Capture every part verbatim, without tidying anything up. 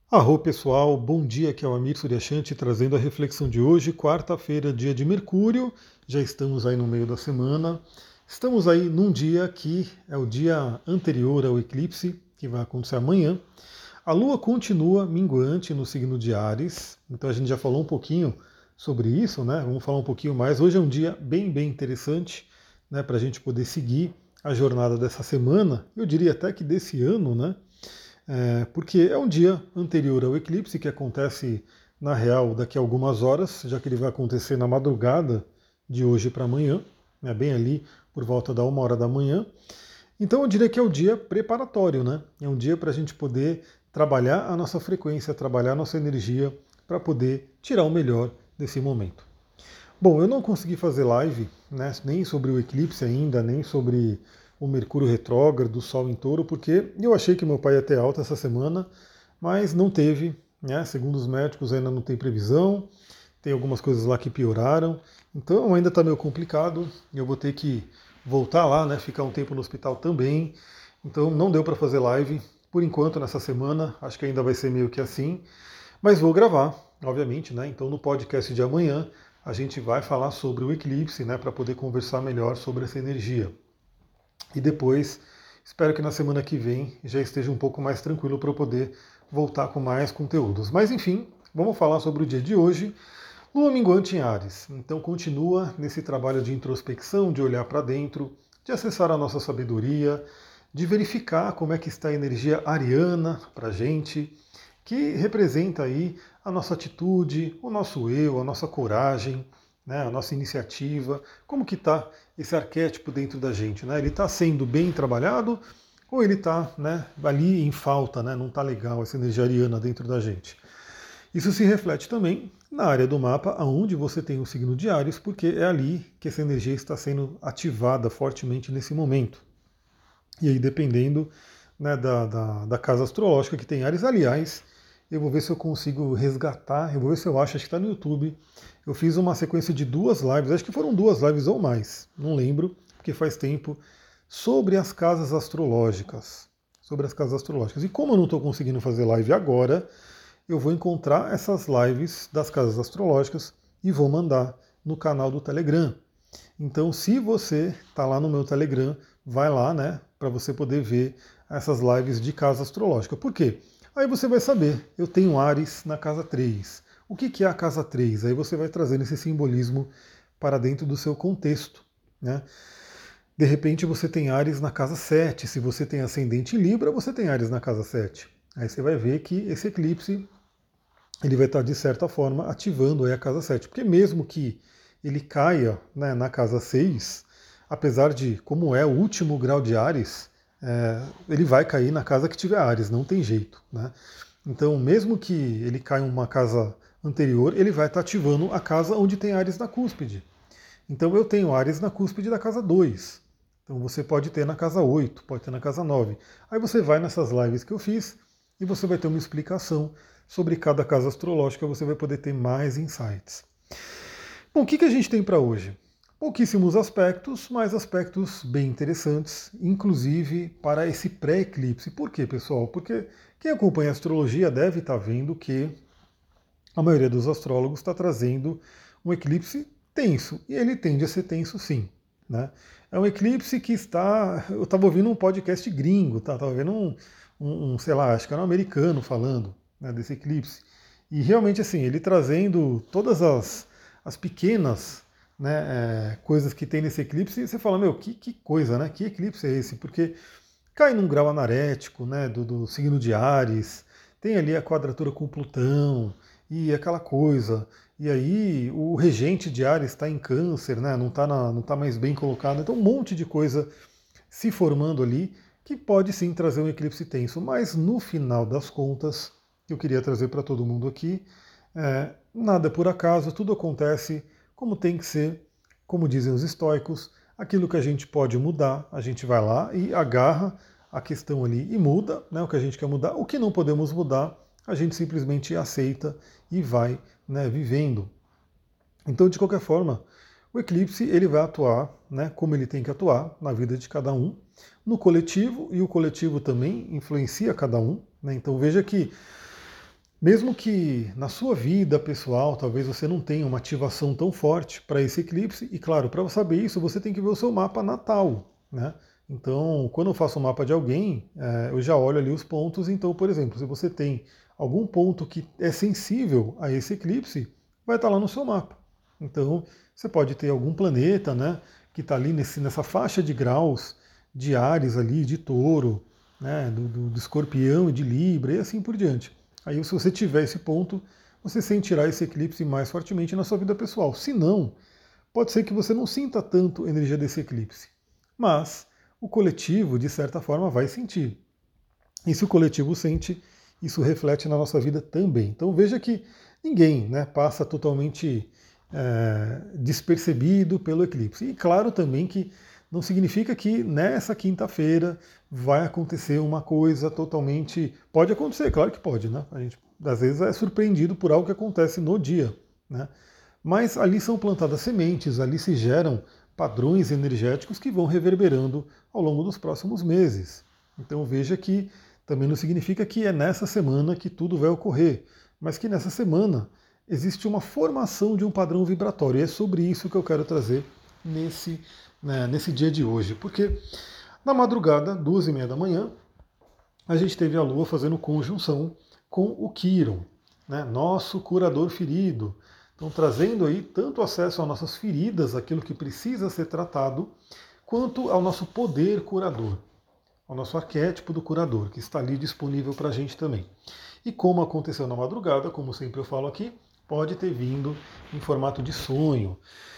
Arro pessoal, bom dia, aqui é o Amir Suryashanti trazendo a reflexão de hoje, quarta-feira, dia de Mercúrio, já estamos aí no meio da semana, estamos aí num dia que é o dia anterior ao eclipse, que vai acontecer amanhã. A Lua continua minguante no signo de Áries, então a gente já falou um pouquinho sobre isso, né? Vamos falar um pouquinho mais. Hoje é um dia bem, bem interessante, né, para a gente poder seguir a jornada dessa semana, eu diria até que desse ano, né? É, porque é um dia anterior ao eclipse que acontece, na real, daqui a algumas horas, já que ele vai acontecer na madrugada de hoje para amanhã, né, bem ali por volta da uma hora da manhã. Então eu diria que é o dia preparatório, né? É um dia para a gente poder trabalhar a nossa frequência, trabalhar a nossa energia para poder tirar o melhor desse momento. Bom, eu não consegui fazer live, né, nem sobre o eclipse ainda, nem sobre o Mercúrio retrógrado, o Sol em Touro, porque eu achei que meu pai ia ter alta essa semana, mas não teve, né? Segundo os médicos ainda não tem previsão, tem algumas coisas lá que pioraram, então ainda está meio complicado, eu vou ter que voltar lá, né, ficar um tempo no hospital também, então não deu para fazer live por enquanto nessa semana, acho que ainda vai ser meio que assim, mas vou gravar, obviamente, né? Então no podcast de amanhã a gente vai falar sobre o eclipse, né, para poder conversar melhor sobre essa energia. E depois, espero que na semana que vem já esteja um pouco mais tranquilo para eu poder voltar com mais conteúdos. Mas enfim, vamos falar sobre o dia de hoje. Lua minguante em Áries. Então continua nesse trabalho de introspecção, de olhar para dentro, de acessar a nossa sabedoria, de verificar como é que está a energia ariana para a gente, que representa aí a nossa atitude, o nosso eu, a nossa coragem, né, a nossa iniciativa, como que está esse arquétipo dentro da gente, né? Ele está sendo bem trabalhado ou ele está, né, ali em falta, né? Não está legal essa energia ariana dentro da gente. Isso se reflete também na área do mapa onde você tem o signo de Áries, porque é ali que essa energia está sendo ativada fortemente nesse momento. E aí, dependendo, né, da, da, da casa astrológica que tem Áries, aliás, eu vou ver se eu consigo resgatar, eu vou ver se eu acho, acho que está no YouTube. Eu fiz uma sequência de duas lives, acho que foram duas lives ou mais, não lembro, porque faz tempo, sobre as casas astrológicas. Sobre as casas astrológicas. E como eu não estou conseguindo fazer live agora, eu vou encontrar essas lives das casas astrológicas e vou mandar no canal do Telegram. Então, se você está lá no meu Telegram, vai lá, né, para você poder ver essas lives de casa astrológica. Por quê? Aí você vai saber, eu tenho Áries na casa três. O que, que é a casa três? Aí você vai trazendo esse simbolismo para dentro do seu contexto, né? De repente você tem Áries na casa sete. Se você tem ascendente em Libra, você tem Áries na casa sete. Aí você vai ver que esse eclipse ele vai estar, de certa forma, ativando aí a casa sete. Porque mesmo que ele caia, né, na casa seis, apesar de, como é o último grau de Áries, é, ele vai cair na casa que tiver Áries, não tem jeito, né? Então, mesmo que ele caia em uma casa anterior, ele vai estar ativando a casa onde tem Áries na cúspide. Então, eu tenho Áries na cúspide da casa dois. Então, você pode ter na casa oito, pode ter na casa nove. Aí você vai nessas lives que eu fiz e você vai ter uma explicação sobre cada casa astrológica, você vai poder ter mais insights. Bom, o que, que a gente tem para hoje? Pouquíssimos aspectos, mas aspectos bem interessantes, inclusive para esse pré-eclipse. Por quê, pessoal? Porque quem acompanha a astrologia deve estar vendo que a maioria dos astrólogos está trazendo um eclipse tenso, e ele tende a ser tenso sim, né? É um eclipse que está... Eu estava ouvindo um podcast gringo, tá? Estava vendo um, um, um, sei lá, acho que era um americano falando, né, desse eclipse. E realmente, assim, ele trazendo todas as, as pequenas, né, é, coisas que tem nesse eclipse, e você fala, meu, que, que coisa, né? Que eclipse é esse? Porque cai num grau anarético, né, do, do signo de Áries, tem ali a quadratura com Plutão, e aquela coisa. E aí o regente de Áries está em Câncer, né, não está não tá mais bem colocado. Então um monte de coisa se formando ali que pode sim trazer um eclipse tenso. Mas no final das contas, eu queria trazer para todo mundo aqui, é, nada é por acaso, tudo acontece como tem que ser, como dizem os estoicos, aquilo que a gente pode mudar, a gente vai lá e agarra a questão ali e muda, né, o que a gente quer mudar. O que não podemos mudar, a gente simplesmente aceita e vai, né, vivendo. Então, de qualquer forma, o eclipse ele vai atuar, né, como ele tem que atuar na vida de cada um, no coletivo, e o coletivo também influencia cada um, né? Então veja que Mesmo que na sua vida pessoal, talvez você não tenha uma ativação tão forte para esse eclipse, e claro, para saber isso, você tem que ver o seu mapa natal, né? Então, quando eu faço um mapa de alguém, eh, eu já olho ali os pontos. Então, por exemplo, se você tem algum ponto que é sensível a esse eclipse, vai estar lá no seu mapa. Então, você pode ter algum planeta, né, que está ali nesse, nessa faixa de graus de Áries ali, de Touro, né, do, do, do Escorpião e de Libra e assim por diante. Aí, se você tiver esse ponto, você sentirá esse eclipse mais fortemente na sua vida pessoal. Se não, pode ser que você não sinta tanto a energia desse eclipse. Mas o coletivo, de certa forma, vai sentir. E se o coletivo sente, isso reflete na nossa vida também. Então veja que ninguém, né, passa totalmente é, despercebido pelo eclipse. E claro também que não significa que nessa quinta-feira vai acontecer uma coisa totalmente. Pode acontecer, claro que pode, né? A gente às vezes é surpreendido por algo que acontece no dia, né? Mas ali são plantadas sementes, ali se geram padrões energéticos que vão reverberando ao longo dos próximos meses. Então veja que também não significa que é nessa semana que tudo vai ocorrer, mas que nessa semana existe uma formação de um padrão vibratório. E é sobre isso que eu quero trazer nesse, né, nesse dia de hoje. Porque na madrugada, duas e meia da manhã, a gente teve a Lua fazendo conjunção com o Quíron, né, nosso curador ferido. Então, trazendo aí tanto acesso às nossas feridas, aquilo que precisa ser tratado, quanto ao nosso poder curador, ao nosso arquétipo do curador, que está ali disponível para a gente também. E como aconteceu na madrugada, como sempre eu falo aqui, pode ter vindo em formato de sonho.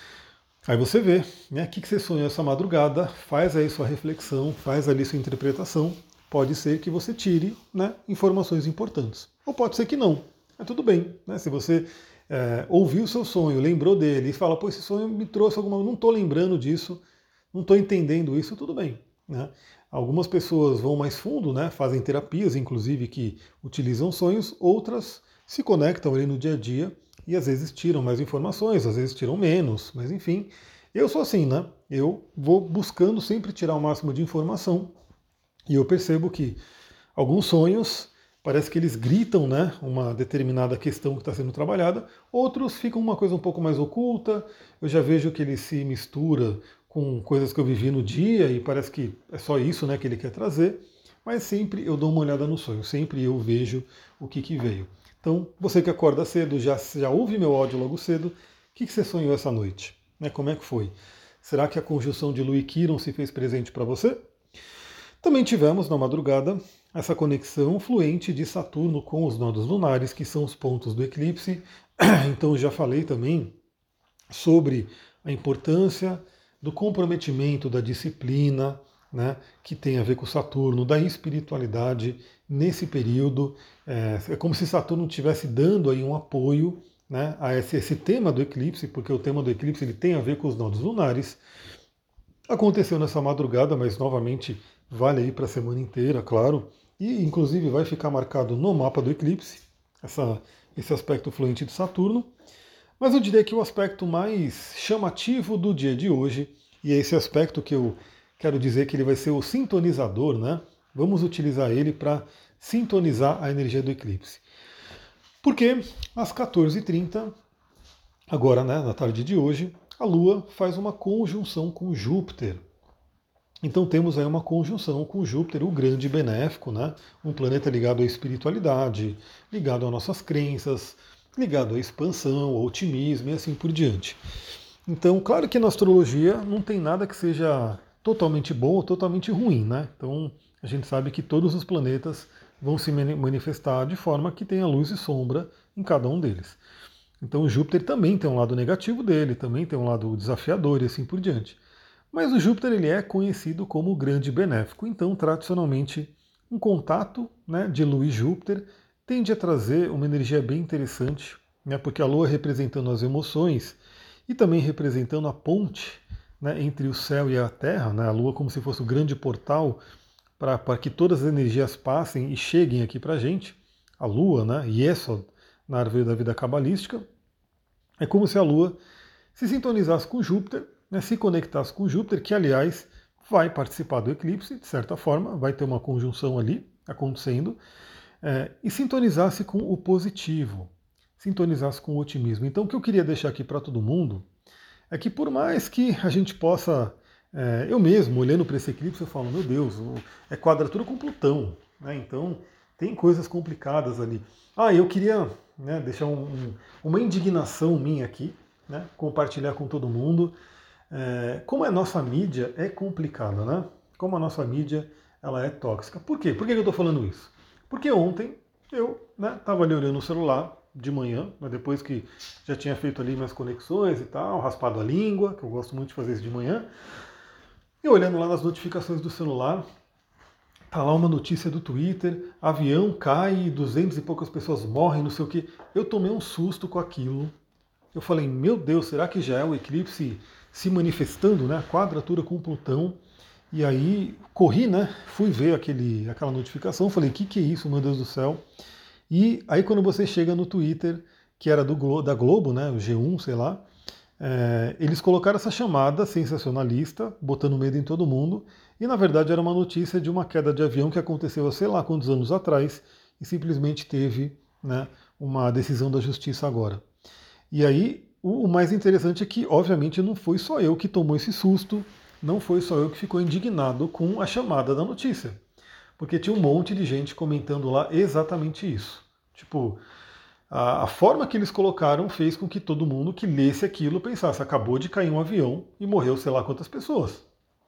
Aí você vê, né, o que você sonhou essa madrugada, faz aí sua reflexão, faz ali sua interpretação. Pode ser que você tire, né, informações importantes. Ou pode ser que não. É tudo bem, né? Se você é, ouviu o seu sonho, lembrou dele e fala, pô, esse sonho me trouxe alguma... Eu não estou lembrando disso, não estou entendendo isso, tudo bem, né? Algumas pessoas vão mais fundo, né, fazem terapias, inclusive, que utilizam sonhos, outras se conectam ali no dia a dia e às vezes tiram mais informações, às vezes tiram menos, mas enfim, eu sou assim, né? Eu vou buscando sempre tirar o máximo de informação e eu percebo que alguns sonhos parece que eles gritam, né, uma determinada questão que está sendo trabalhada, outros ficam uma coisa um pouco mais oculta, eu já vejo que ele se mistura com coisas que eu vivi no dia e parece que é só isso, né, que ele quer trazer, mas sempre eu dou uma olhada no sonho, sempre eu vejo o que, que veio. Então, você que acorda cedo, já, já ouve meu áudio logo cedo, o que, que você sonhou essa noite? Né, como é que foi? Será que a conjunção de Lua e Quíron se fez presente para você? Também tivemos na madrugada essa conexão fluente de Saturno com os nodos lunares, que são os pontos do eclipse. Então já falei também sobre a importância do comprometimento, da disciplina, né, que tem a ver com Saturno, da espiritualidade nesse período. É, é como se Saturno estivesse dando aí um apoio, né, a esse, esse tema do eclipse, porque o tema do eclipse ele tem a ver com os nodos lunares. Aconteceu nessa madrugada, mas novamente vale aí para a semana inteira, claro, e inclusive vai ficar marcado no mapa do eclipse, essa, esse aspecto fluente de Saturno. Mas eu diria que o aspecto mais chamativo do dia de hoje, e é esse aspecto que eu quero dizer que ele vai ser o sintonizador, né? Vamos utilizar ele para sintonizar a energia do eclipse. Porque às quatorze e trinta, agora, né, na tarde de hoje, a Lua faz uma conjunção com Júpiter. Então temos aí uma conjunção com Júpiter, o grande benéfico, né? Um planeta ligado à espiritualidade, ligado às nossas crenças, ligado à expansão, ao otimismo e assim por diante. Então, claro que na astrologia não tem nada que seja totalmente bom ou totalmente ruim, né? Então a gente sabe que todos os planetas vão se manifestar de forma que tenha luz e sombra em cada um deles. Então Júpiter também tem um lado negativo dele, também tem um lado desafiador e assim por diante. Mas o Júpiter ele é conhecido como o grande benéfico, então tradicionalmente um contato, né, de Lua e Júpiter tende a trazer uma energia bem interessante, né, porque a Lua representando as emoções e também representando a ponte, né, entre o céu e a Terra, né, a Lua como se fosse o grande portal para que todas as energias passem e cheguem aqui para a gente. A Lua, né, Yesod, na árvore da vida cabalística, é como se a Lua se sintonizasse com Júpiter, né, se conectasse com Júpiter, que aliás vai participar do eclipse, de certa forma, vai ter uma conjunção ali acontecendo, é, e sintonizasse com o positivo, sintonizasse com o otimismo. Então, o que eu queria deixar aqui para todo mundo é que, por mais que a gente possa, é, eu mesmo, olhando para esse eclipse, eu falo, meu Deus, é quadratura com Plutão, né? Então, tem coisas complicadas ali. Ah, eu queria, né, deixar um, um, uma indignação minha aqui, né, compartilhar com todo mundo. É, como a nossa mídia é complicada, né? Como a nossa mídia ela é tóxica. Por quê? Por que eu estou falando isso? Porque ontem eu estava, né, ali olhando o celular de manhã, mas depois que já tinha feito ali minhas conexões e tal, raspado a língua, que eu gosto muito de fazer isso de manhã, e olhando lá nas notificações do celular, tá lá uma notícia do Twitter, avião cai, duzentas e poucas pessoas morrem, não sei o quê. Eu tomei um susto com aquilo. Eu falei, meu Deus, será que já é o eclipse se manifestando, né? A quadratura com Plutão. E aí corri, né? Fui ver aquele, aquela notificação, falei, o que, que é isso, meu Deus do céu? E aí quando você chega no Twitter, que era do Glo da Globo, né? O G um, sei lá, é, eles colocaram essa chamada sensacionalista, botando medo em todo mundo, e na verdade era uma notícia de uma queda de avião que aconteceu há sei lá quantos anos atrás, e simplesmente teve, né, uma decisão da justiça agora. E aí, o mais interessante é que, obviamente, não foi só eu que tomou esse susto, não foi só eu que ficou indignado com a chamada da notícia. Porque tinha um monte de gente comentando lá exatamente isso. Tipo, a, a forma que eles colocaram fez com que todo mundo que lesse aquilo pensasse, acabou de cair um avião e morreu sei lá quantas pessoas.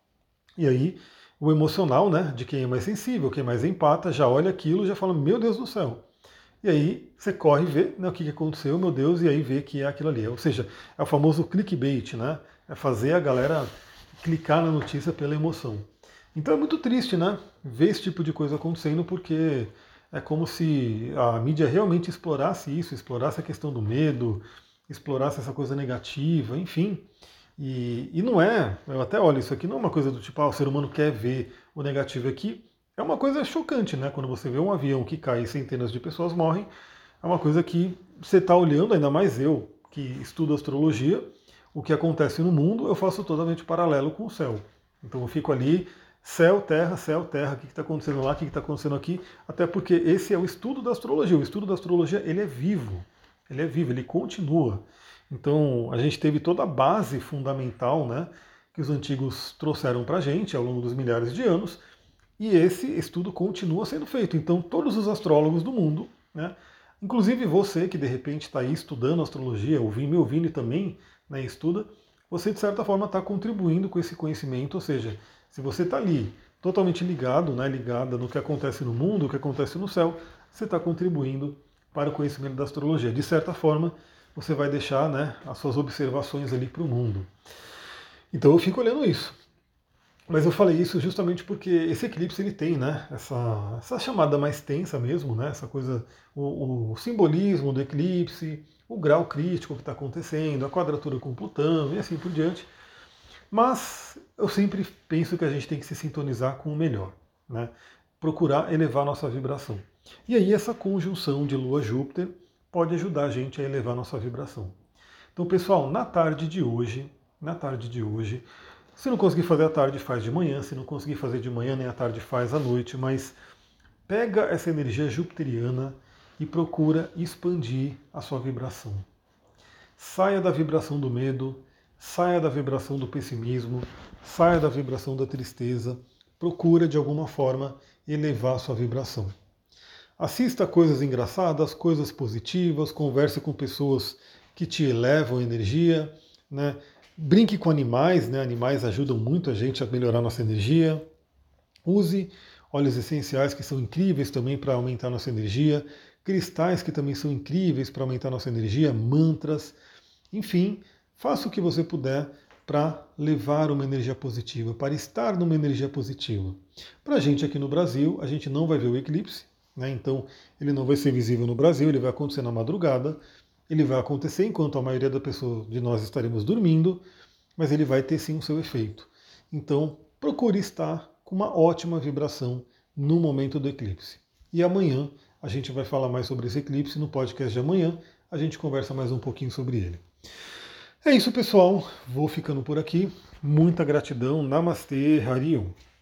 E aí, o emocional, né, de quem é mais sensível, quem é mais empata, já olha aquilo e já fala, meu Deus do céu. E aí você corre e vê, né, o que aconteceu, meu Deus, e aí vê que é aquilo ali. Ou seja, é o famoso clickbait, né? É fazer a galera clicar na notícia pela emoção. Então é muito triste, né? Ver esse tipo de coisa acontecendo, porque é como se a mídia realmente explorasse isso, explorasse a questão do medo, explorasse essa coisa negativa, enfim. E, e não é, eu até olho isso aqui, não é uma coisa do tipo, ah, o ser humano quer ver o negativo aqui. É uma coisa chocante, né? Quando você vê um avião que cai e centenas de pessoas morrem, é uma coisa que você está olhando, ainda mais eu, que estudo astrologia, o que acontece no mundo, eu faço totalmente paralelo com o céu. Então eu fico ali, céu, terra, céu, terra, o que está acontecendo lá, o que está acontecendo aqui, até porque esse é o estudo da astrologia. O estudo da astrologia, ele é vivo, ele é vivo, ele continua. Então a gente teve toda a base fundamental, né, que os antigos trouxeram para a gente ao longo dos milhares de anos, e esse estudo continua sendo feito. Então, todos os astrólogos do mundo, né, inclusive você que de repente está aí estudando astrologia, ouvindo, me ouvindo e também, né, estuda, você de certa forma está contribuindo com esse conhecimento. Ou seja, se você está ali totalmente ligado, né, ligada no que acontece no mundo, o que acontece no céu, você está contribuindo para o conhecimento da astrologia. De certa forma, você vai deixar, né, as suas observações ali para o mundo. Então eu fico olhando isso. Mas eu falei isso justamente porque esse eclipse ele tem, né, essa, essa chamada mais tensa mesmo, né, essa coisa, o, o simbolismo do eclipse, o grau crítico que está acontecendo, a quadratura com Plutão e assim por diante. Mas eu sempre penso que a gente tem que se sintonizar com o melhor, né, procurar elevar nossa vibração. E aí essa conjunção de Lua-Júpiter pode ajudar a gente a elevar nossa vibração. Então, pessoal, na tarde de hoje, na tarde de hoje, se não conseguir fazer à tarde, faz de manhã. Se não conseguir fazer de manhã, nem à tarde, faz à noite. Mas pega essa energia jupiteriana e procura expandir a sua vibração. Saia da vibração do medo, saia da vibração do pessimismo, saia da vibração da tristeza. Procura, de alguma forma, elevar a sua vibração. Assista coisas engraçadas, coisas positivas, converse com pessoas que te elevam a energia, né? Brinque com animais, né? Animais ajudam muito a gente a melhorar nossa energia. Use óleos essenciais que são incríveis também para aumentar nossa energia. Cristais que também são incríveis para aumentar nossa energia. Mantras. Enfim, faça o que você puder para levar uma energia positiva, para estar numa energia positiva. Para a gente aqui no Brasil, a gente não vai ver o eclipse, né? Então ele não vai ser visível no Brasil, ele vai acontecer na madrugada. Ele vai acontecer enquanto a maioria da pessoa de nós estaremos dormindo, mas ele vai ter sim o seu efeito. Então, procure estar com uma ótima vibração no momento do eclipse. E amanhã a gente vai falar mais sobre esse eclipse no podcast de amanhã, a gente conversa mais um pouquinho sobre ele. É isso, pessoal. Vou ficando por aqui. Muita gratidão. Namastê, Harion.